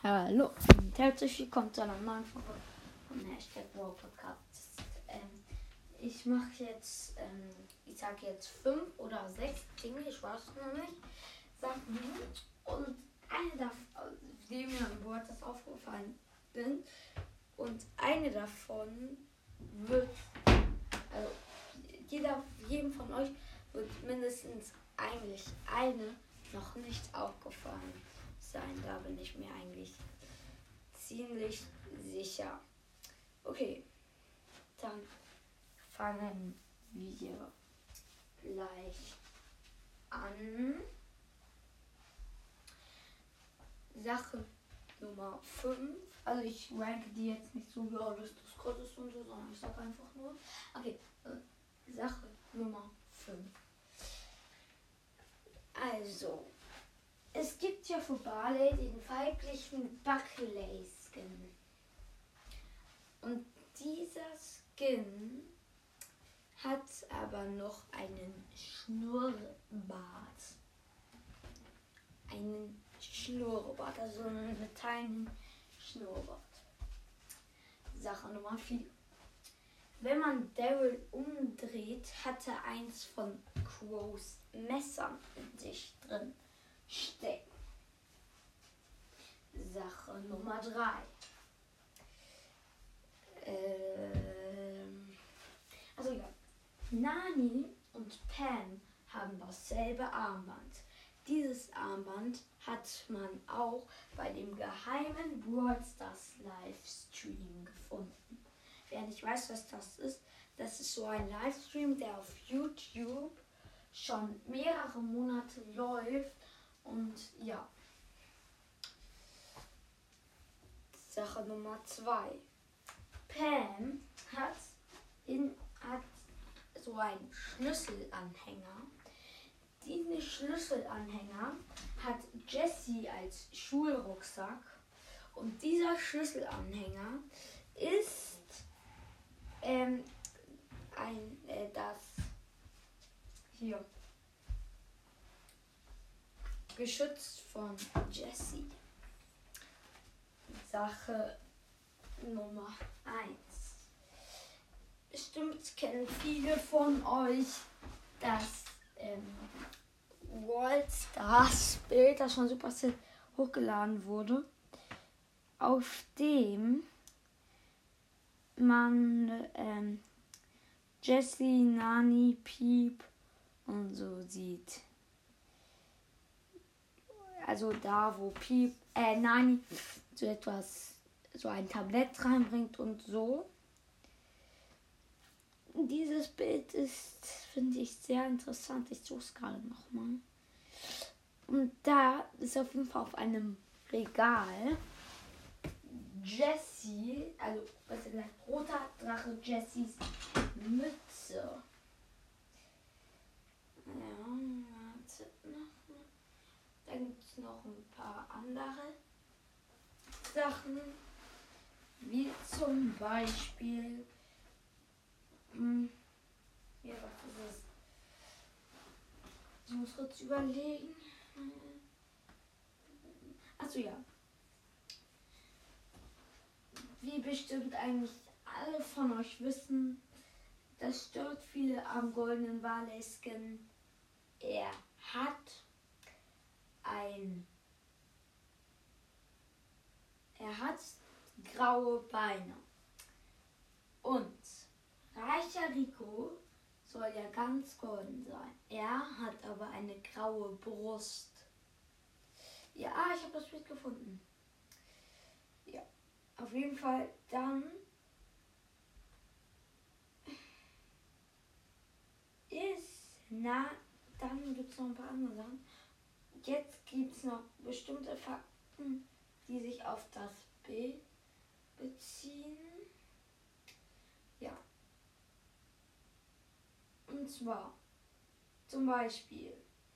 Hallo und herzlich willkommen zu einer neuen Folge vom Hashtag Wow Podcast. Ich mache jetzt, ich sage jetzt 5 oder 6 Dinge, ich weiß noch nicht, Sachen. Und eine davon, die mir im Wort das aufgefallen sind, und eine davon wird, also jedem von euch wird mindestens eigentlich eine noch nicht aufgefallen sein. Da bin ich mir eigentlich ziemlich sicher. Okay, dann fangen wir gleich an. Sache Nummer 5. Also ich ranke die jetzt nicht so, ja, das ist und so, sondern ich sage einfach nur. Okay, Sache Nummer 5. Also, es gibt ja für Barley den weiblichen Buckley-Skin. Und dieser Skin hat aber noch einen Schnurrbart. Also einen metallenen Schnurrbart. Sache Nummer 4. Wenn man Daryl umdreht, hat er eins von Crows Messern in sich drin stecken. Sache Nummer 3. Also ja, Nani und Pam haben dasselbe Armband. Dieses Armband hat man auch bei dem geheimen Brawl Stars Livestream gefunden. Wer nicht weiß, was das ist so ein Livestream, der auf YouTube schon mehrere Monate läuft. Und ja. Sache Nummer 2. Pam hat so einen Schlüsselanhänger. Diesen Schlüsselanhänger hat Jessie als Schulrucksack. Und dieser Schlüsselanhänger ist das hier geschützt von Jessie. Sache Nummer 1. Bestimmt kennen viele von euch das Brawl Stars Bild, das von Supercell hochgeladen wurde, auf dem man Jessie, Nani, Piep und so sieht. Also da, wo Piep, Nani so ein Tablett reinbringt und so. Dieses Bild ist, finde ich, sehr interessant. Ich suche es gerade nochmal. Und da ist auf jeden Fall auf einem Regal Jessie, also besser gesagt roter Drache Jessies Mütze. Ja, dann gibt es noch ein paar andere Sachen, wie zum Beispiel, ja, was ist es? Ich muss kurz überlegen. Achso, ja. Wie bestimmt eigentlich alle von euch wissen, das stört viele am goldenen Barley-Skin. Er hat graue Beine. Und reicher Rico soll ja ganz golden sein. Er hat aber eine graue Brust. Ja, ich habe das Bild gefunden. Ja, auf jeden Fall dann dann gibt es noch ein paar andere Sachen. Jetzt gibt es noch bestimmte Fakten, die sich auf das Bild beziehen. Ja. Und zwar zum Beispiel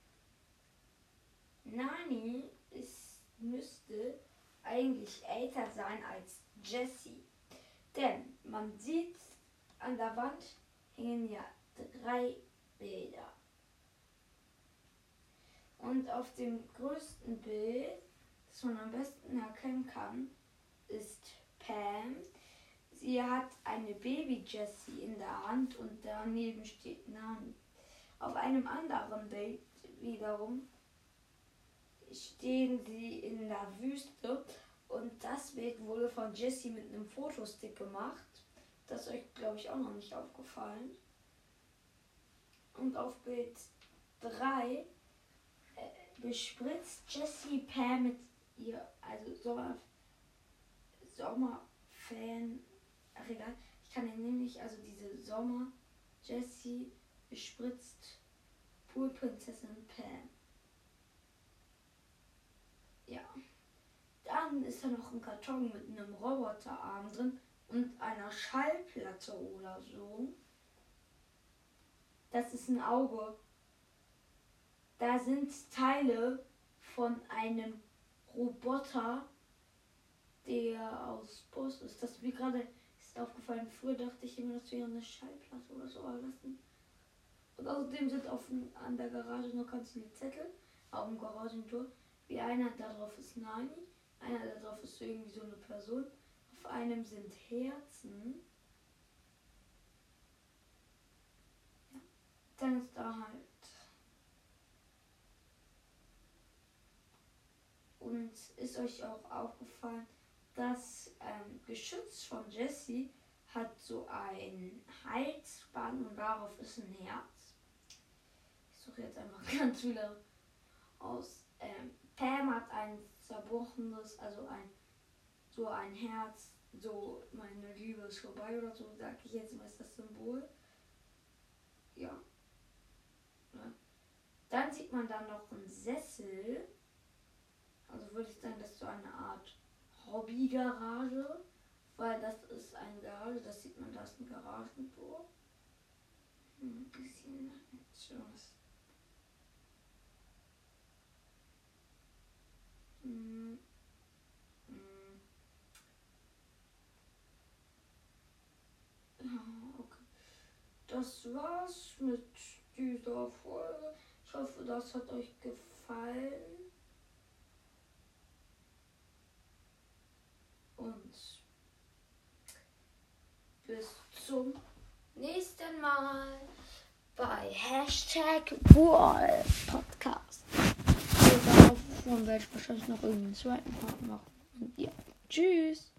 Nani müsste eigentlich älter sein als Jessie. Denn man sieht, an der Wand hängen ja 3 Bilder. Und auf dem größten Bild, was man am besten erkennen kann, ist Pam. Sie hat eine Baby-Jessie in der Hand und daneben steht Nani. Auf einem anderen Bild wiederum stehen sie in der Wüste und das Bild wurde von Jessie mit einem Fotostick gemacht. Das ist euch, glaube ich, auch noch nicht aufgefallen. Und auf Bild 3 bespritzt Jessie Pam mit ihr, also Sommerfan, ach egal, ich kann den nämlich, also diese Sommer, Jessie bespritzt Poolprinzessin Pam. Ja. Dann ist da noch ein Karton mit einem Roboterarm drin und einer Schallplatte oder so. Das ist ein Auge. Da sind Teile von einem Roboter, der aus Bus ist. Das mir gerade ist aufgefallen. Früher dachte ich immer, das wäre eine Schallplatte oder so. Aber das sind und außerdem sind an der Garage noch ganz viele Zettel auf dem Garagentor. Wie einer da drauf ist Nani, einer da drauf ist irgendwie so eine Person. Auf einem sind Herzen. Ja. Dann ist da halt. Und ist euch auch aufgefallen, das Geschütz von Jessie hat so ein Halsband und darauf ist ein Herz. Ich suche jetzt einfach ganz viele aus. Pam hat ein zerbrochenes, also ein Herz, so meine Liebe ist vorbei oder so, sage ich jetzt mal, ist das Symbol. Ja. Dann sieht man dann noch einen Sessel. Also würde ich sagen, das ist so eine Art Hobbygarage, weil das ist eine Garage, das sieht man, da ist ein Garagentor. Ein bisschen schönes. Ja, okay. Das war's mit dieser Folge. Ich hoffe, das hat euch gefallen. Und bis zum nächsten Mal bei #Brawl Podcast. Davon werde ich wahrscheinlich noch irgendeinen zweiten Part machen. Und ja, tschüss.